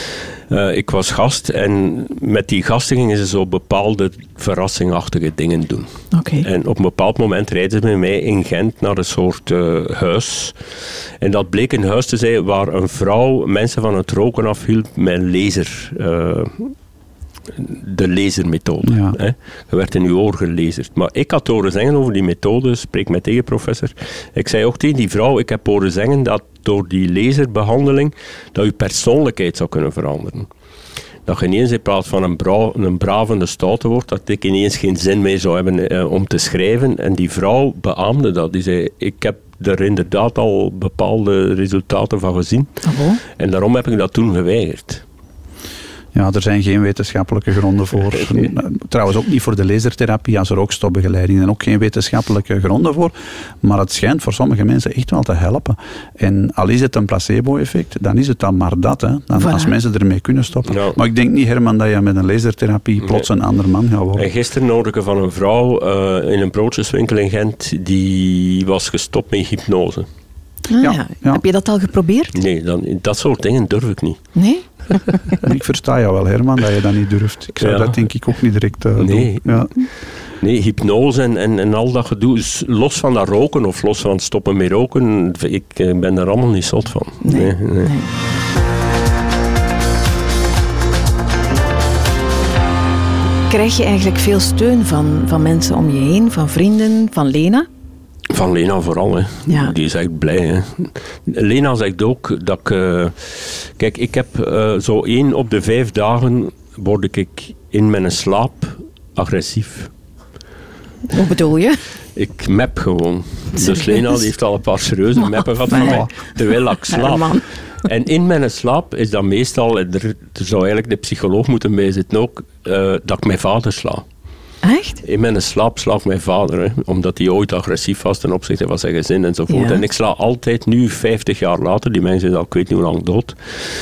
Uh, ik was gast en met die gasten gingen ze zo bepaalde verrassingachtige dingen doen. Okay. En op een bepaald moment rijden ze met mij in Gent naar een soort uh, huis. En dat bleek een huis te zijn waar een vrouw mensen van het roken afhielp met laser. Uh, de lasermethode. Ja. Hè. Je werd in je oor gelazerd. Maar ik had horen zeggen over die methode, spreek mij tegen professor. Ik zei ook tegen die vrouw, ik heb horen zeggen dat door die laserbehandeling dat je persoonlijkheid zou kunnen veranderen. dat je ineens in plaats van een, bra- een bravende stoute wordt, dat ik ineens geen zin meer zou hebben uh, om te schrijven. En die vrouw beaamde dat. Die zei, ik heb er inderdaad al bepaalde resultaten van gezien. Oh. En daarom heb ik dat toen geweigerd. Ja, er zijn geen wetenschappelijke gronden voor. Trouwens ook niet voor de lasertherapie als rookstopbegeleiding. Er zijn ook geen wetenschappelijke gronden voor. Maar het schijnt voor sommige mensen echt wel te helpen. En al is het een placebo-effect, dan is het dan maar dat. Hè. Dan, voilà. Als mensen ermee kunnen stoppen. Ja. Maar ik denk niet, Herman, dat je met een lasertherapie plots een ander man gaat worden. En gisteren hoorde ik van een vrouw uh, in een broodjeswinkel in Gent, die was gestopt met hypnose. Ah, Ja, ja. ja. Heb je dat al geprobeerd? Nee, dan, dat soort dingen durf ik niet. Nee? Ik versta jou wel, Herman, dat je dat niet durft. Ik zou Ja. dat denk ik ook niet direct uh, Nee. doen. Ja. Nee, hypnose en, en, en al dat gedoe, los van dat roken of los van het stoppen met roken, ik uh, ben daar allemaal niet zot van. Nee. Nee, nee. Nee. Krijg je eigenlijk veel steun van, van mensen om je heen, van vrienden, van Lena? Van Lena vooral, hè. Ja. Die is echt blij. Hè. Lena zegt ook dat ik... Uh, kijk, ik heb uh, zo één op de vijf dagen word ik in mijn slaap agressief. Hoe bedoel je? Ik map gewoon. Dus Serieus? Lena die heeft al een paar serieuze meppen gehad van mij, terwijl ik slaap. Herman. En in mijn slaap is dat meestal, er, er zou eigenlijk de psycholoog moeten bij zitten ook, uh, dat ik mijn vader sla. Echt? In mijn slaap sla ik mijn vader, hè, omdat hij ooit agressief was ten opzichte van zijn gezin enzovoort. Ja. En ik sla altijd, nu vijftig jaar later, die mensen zijn al, ik weet niet hoe lang dood,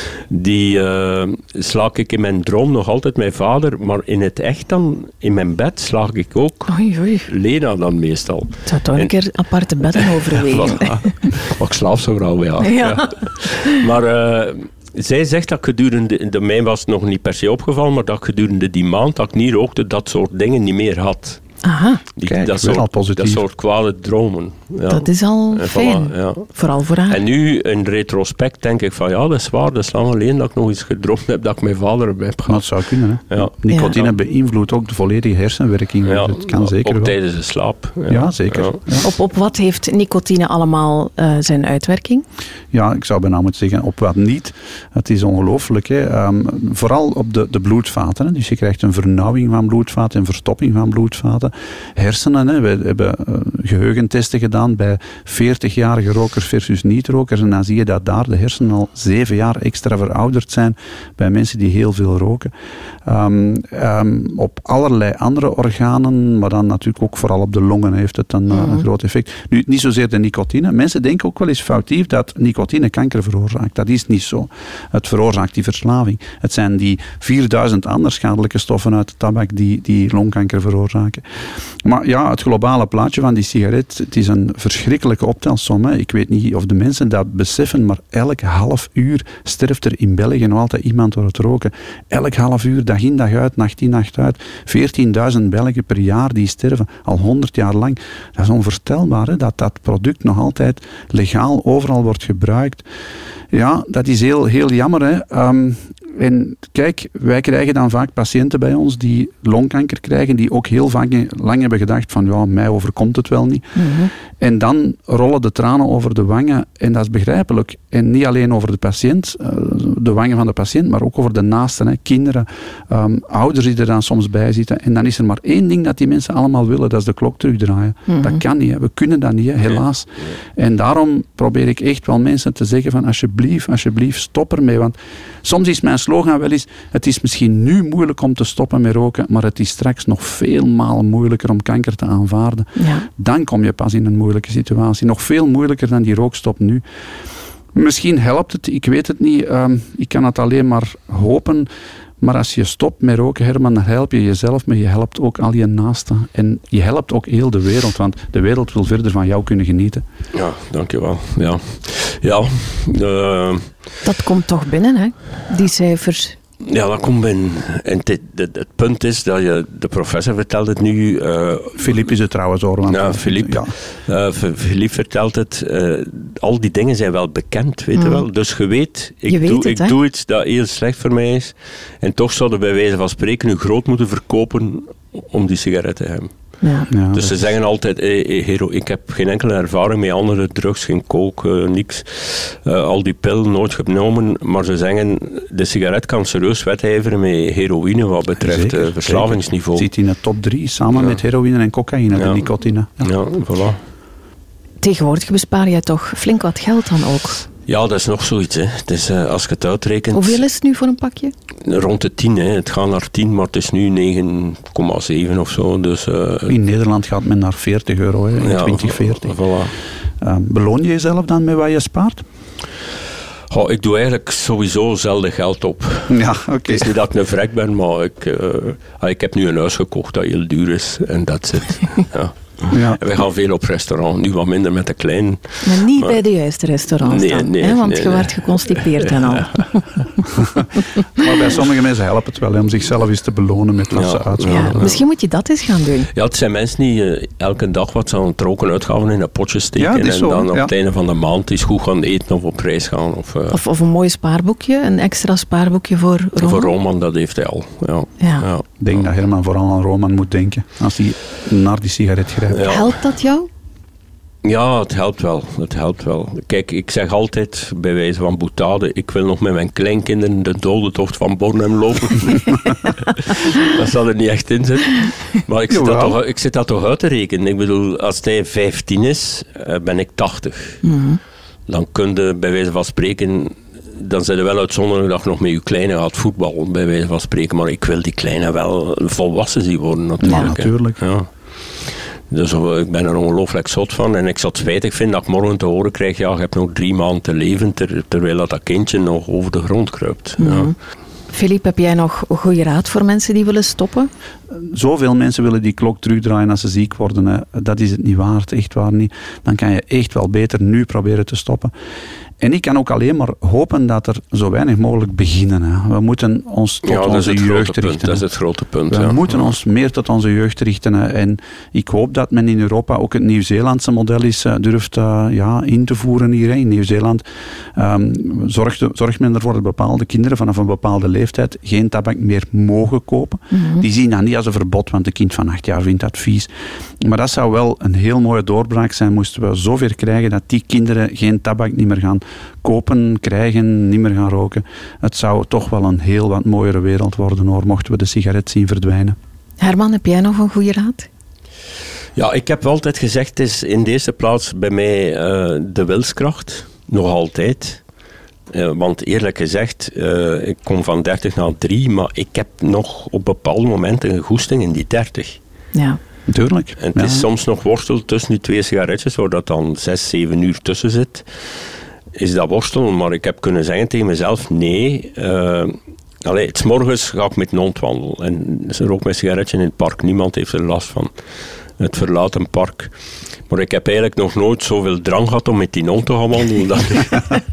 die uh, sla ik in mijn droom nog altijd mijn vader, maar in het echt dan, in mijn bed, sla ik ook Oei, oei. Lena dan meestal. Ik zou toch een En- keer aparte bedden overwegen. Voilà. Maar ik slaap zo gauw, ja. Ja. Ja. Maar uh, zij zegt dat gedurende, de mij was het nog niet per se opgevallen, maar dat gedurende die maand dat ik niet rookte, dat soort dingen niet meer had. Aha, Die, Kijk, dat, weer al soort, positief. dat soort kwade dromen. Ja. dat is al En fijn. voilà, ja. Vooral voor haar. En nu, in retrospect, denk ik van ja, dat is waar, dat is lang geleden dat ik nog eens gedroomd heb dat ik mijn vader heb Maar gehad. het zou kunnen. Hè. Ja. Nicotine Ja. beïnvloedt ook de volledige hersenwerking. Ja, Dus het kan zeker ook wel. tijdens de slaap. Ja, Ja, zeker. Ja. Ja. Op, op wat heeft nicotine allemaal uh, zijn uitwerking? Ja, ik zou bijna moeten zeggen, op wat niet. Het is ongelooflijk. Hè. Um, vooral op de, de bloedvaten. Hè. Dus je krijgt een vernauwing van bloedvaten, een verstopping van bloedvaten. Hersenen, hè. We hebben uh, geheugentesten gedaan bij veertigjarige rokers versus niet-rokers. En dan zie je dat daar de hersenen al zeven jaar extra verouderd zijn bij mensen die heel veel roken. Um, um, op allerlei andere organen, maar dan natuurlijk ook vooral op de longen heeft het een, uh, een groot effect. Nu, niet zozeer de nicotine. Mensen denken ook wel eens foutief dat nicotine kanker veroorzaakt. Dat is niet zo. Het veroorzaakt die verslaving. Het zijn die vierduizend andere schadelijke stoffen uit de tabak die, die longkanker veroorzaken. Maar ja, het globale plaatje van die sigaret, het is een verschrikkelijke optelsom. Hè. Ik weet niet of de mensen dat beseffen, maar elk half uur sterft er in België nog altijd iemand door het roken. Elk half uur, dag in dag uit, nacht in nacht uit. veertienduizend Belgen per jaar die sterven, al honderd jaar lang. Dat is onvoorstelbaar, hè, dat dat product nog altijd legaal overal wordt gebruikt. Ja, dat is heel, heel jammer. Hè. Um, en kijk, wij krijgen dan vaak patiënten bij ons die longkanker krijgen, die ook heel vaak lang hebben gedacht van, ja, mij overkomt het wel niet. Mm-hmm. En dan rollen de tranen over de wangen en dat is begrijpelijk. En niet alleen over de patiënt, de wangen van de patiënt, maar ook over de naasten, hè, kinderen, um, ouders die er dan soms bij zitten. En dan is er maar één ding dat die mensen allemaal willen, dat is de klok terugdraaien. Mm-hmm. Dat kan niet, hè. We kunnen dat niet, hè, helaas. En daarom probeer ik echt wel mensen te zeggen van, alsjeblieft, alsjeblieft, stop ermee. Want soms is mijn slogan wel eens, het is misschien nu moeilijk om te stoppen met roken, maar het is straks nog veel malen moeilijker om kanker te aanvaarden. Ja. Dan kom je pas in een moeilijke situatie. Nog veel moeilijker dan die rookstop nu. Misschien helpt het, ik weet het niet. Um, ik kan het alleen maar hopen. Maar als je stopt met roken, Herman, dan help je jezelf, maar je helpt ook al je naasten. En je helpt ook heel de wereld, want de wereld wil verder van jou kunnen genieten. Ja, dankjewel. Ja, ja uh, Dat komt toch binnen, hè? Die cijfers. Ja, dat komt binnen. En het, het, het punt is dat je, de professor vertelt het nu... Uh, Philippe is het trouwens hoor. Want ja, Philippe, ja. uh, Philippe vertelt het. Uh, al die dingen zijn wel bekend, weet je mm. wel. Dus je weet, ik, je weet doe, het, ik doe iets dat heel slecht voor mij is. En toch zouden bij wijze van spreken u groot moeten verkopen om die sigaret te hebben. Ja. Ja, Dus ze is... zeggen altijd, eh, eh, hero, ik heb geen enkele ervaring met andere drugs, geen coke, uh, niks. Uh, al die pillen nooit genomen, maar ze zeggen, de sigaret kan serieus wedijveren met heroïne wat betreft zeker, uh, verslavingsniveau. Zit in de top drie, samen ja. met heroïne en cocaïne, ja. de nicotine. Ja, ja voilà. Tegenwoordig bespaar jij toch flink wat geld dan ook? Ja, dat is nog zoiets. Hè. Het is, uh, als je het uitrekent... Hoeveel is het nu voor een pakje? Rond de tien. Hè. Het gaat naar tien, maar het is nu negen komma zeven of zo. Dus, uh, in Nederland gaat men naar veertig euro, hè, in ja, twintig veertig. Voilà. Uh, beloon je jezelf dan met wat je spaart? Oh, ik doe eigenlijk sowieso zelden geld op. Ja, okay. Het is niet dat ik een vrek ben, maar ik, uh, ik heb nu een huis gekocht dat heel duur is. En dat zit. Ja. Ja. We gaan veel op restaurant, nu wat minder met de kleinen. Maar niet maar, bij de juiste restaurants nee, dan, nee, hè? Want nee, je nee. werd geconstipeerd en al. Maar bij sommige mensen helpt het wel hè, om zichzelf eens te belonen met wat ja, ze uitzoeken. Ja, misschien moet je dat eens gaan doen. Ja, het zijn mensen die uh, elke dag wat ze aan het roken uitgaven in een potje steken ja, en zo, dan op ja. het einde van de maand eens goed gaan eten of op reis gaan. Of, uh, of, of een mooi spaarboekje, een extra spaarboekje voor Roman. Voor Roman, dat heeft hij al. Ja. Ja. Ja. Ik denk dat Herman vooral aan Roman moet denken als hij naar die sigaret grijpt. Ja. Helpt dat jou? Ja, het helpt wel. Het helpt wel. Kijk, ik zeg altijd, bij wijze van boutade, ik wil nog met mijn kleinkinderen de dodentocht van Bornem lopen. Dat zal er niet echt in zitten. Maar ik zit, dat toch, ik zit dat toch uit te rekenen. Ik bedoel, als hij vijftien is, ben ik tachtig. Mm-hmm. Dan kun je bij wijze van spreken... Dan zijn er wel uitzonderlijk dat je nog met je kleine gaat voetballen, bij wijze van spreken. Maar ik wil die kleine wel volwassen zien worden, natuurlijk. Ja, natuurlijk. Ja. Dus ik ben er ongelooflijk zot van. En ik zou het spijtig vinden dat ik morgen te horen krijg, ja, je hebt nog drie maanden te leven, ter, terwijl dat, dat kindje nog over de grond kruipt. Mm-hmm. Ja. Philippe, heb jij nog een goede raad voor mensen die willen stoppen? Zoveel mensen willen die klok terugdraaien als ze ziek worden. Hè. Dat is het niet waard, echt waar niet. Dan kan je echt wel beter nu proberen te stoppen. En ik kan ook alleen maar hopen dat er zo weinig mogelijk beginnen. Hè. We moeten ons tot ja, onze jeugd richten. Punt, dat is het grote punt. We ja. moeten ons meer tot onze jeugd richten. Hè. En ik hoop dat men in Europa ook het Nieuw-Zeelandse model is, uh, durft uh, ja, in te voeren hier. Hè. In Nieuw-Zeeland um, zorgt, zorgt men ervoor dat bepaalde kinderen vanaf een bepaalde leeftijd geen tabak meer mogen kopen. Mm-hmm. Die zien dat niet als een verbod, want een kind van acht jaar vindt dat vies. Maar dat zou wel een heel mooie doorbraak zijn, moesten we zover krijgen dat die kinderen geen tabak niet meer gaan kopen, krijgen, niet meer gaan roken. Het zou toch wel een heel wat mooiere wereld worden, hoor, mochten we de sigaret zien verdwijnen. Herman, heb jij nog een goede raad? Ja, ik heb altijd gezegd, het is in de eerste plaats bij mij uh, de wilskracht. Nog altijd. Uh, want eerlijk gezegd, uh, ik kom van dertig naar drie, maar ik heb nog op bepaalde momenten een goesting in die dertig. Ja. Natuurlijk. En het ja. is soms nog worstel tussen die twee sigaretjes, waar dat dan zes, zeven uur tussen zit. Is dat worstelen, maar ik heb kunnen zeggen tegen mezelf, nee, uh, allee, het 's morgens ga ik met een hond wandelen. En ze rookt mijn sigaretje in het park, niemand heeft er last van. Het verlaten park. Maar ik heb eigenlijk nog nooit zoveel drang gehad om met die hond te gaan wandelen. Dat ik,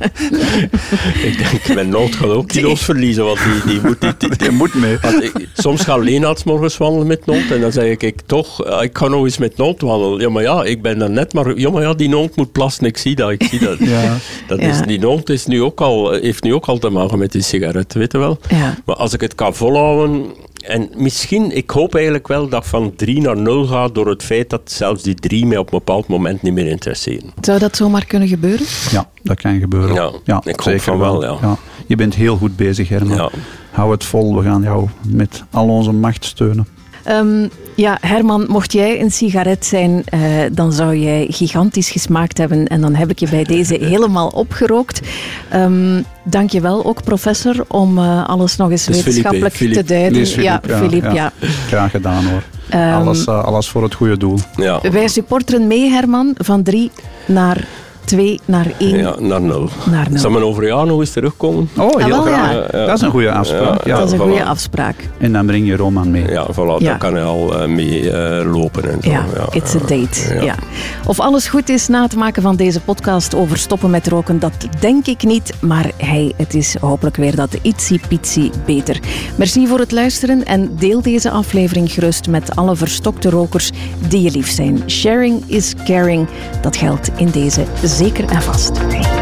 ik denk, mijn hond gaat ook kilo's verliezen, want die, die moet... Die, die, die moet mee. Ik, soms gaat Lena 's morgens wandelen met een hond en dan zeg ik, ik toch, ik ga nog eens met een hond wandelen. Ja, maar ja, ik ben dan net maar... Ja, maar ja, die hond moet plassen, ik zie dat, ik zie dat. Ja. dat is, ja. Die hond is nu ook al, heeft nu ook al te maken met die sigaret, weet je wel. Ja. Maar als ik het kan volhouden... En misschien, ik hoop eigenlijk wel dat van drie naar nul gaat door het feit dat zelfs die drie mij op een bepaald moment niet meer interesseren. Zou dat zomaar kunnen gebeuren? Ja, dat kan gebeuren. Ja, ja ik zeker hoop van wel, ja. ja. Je bent heel goed bezig, Herman. Ja. Hou het vol, we gaan jou met al onze macht steunen. Um, ja, Herman, mocht jij een sigaret zijn, uh, dan zou jij gigantisch gesmaakt hebben en dan heb ik je bij deze helemaal opgerookt. Um, Dank je wel ook, professor, om uh, alles nog eens dus wetenschappelijk Philippe, Philippe. te duiden. Philippe, ja, Philippe, ja, ja. ja. Graag gedaan, hoor. Um, alles, uh, alles voor het goede doel. Ja. Wij supporteren mee, Herman, van drie naar twee naar één. Ja, naar nul. Naar nul. Zal men over een jaar nog eens terugkomen? Oh, heel ah, graag. Ja. Ja, dat is een goede afspraak. Ja, dat is een voilà. goede afspraak. En dan breng je Roman mee. Ja, voilà, ja. Dan kan hij al uh, mee uh, lopen en zo. Ja, ja, it's a date. Ja. Ja. Of alles goed is na het maken van deze podcast over stoppen met roken, dat denk ik niet. Maar hey, het is hopelijk weer dat ietsie pitsie beter. Merci voor het luisteren en deel deze aflevering gerust met alle verstokte rokers die je lief zijn. Sharing is caring. Dat geldt in deze zeker en vast.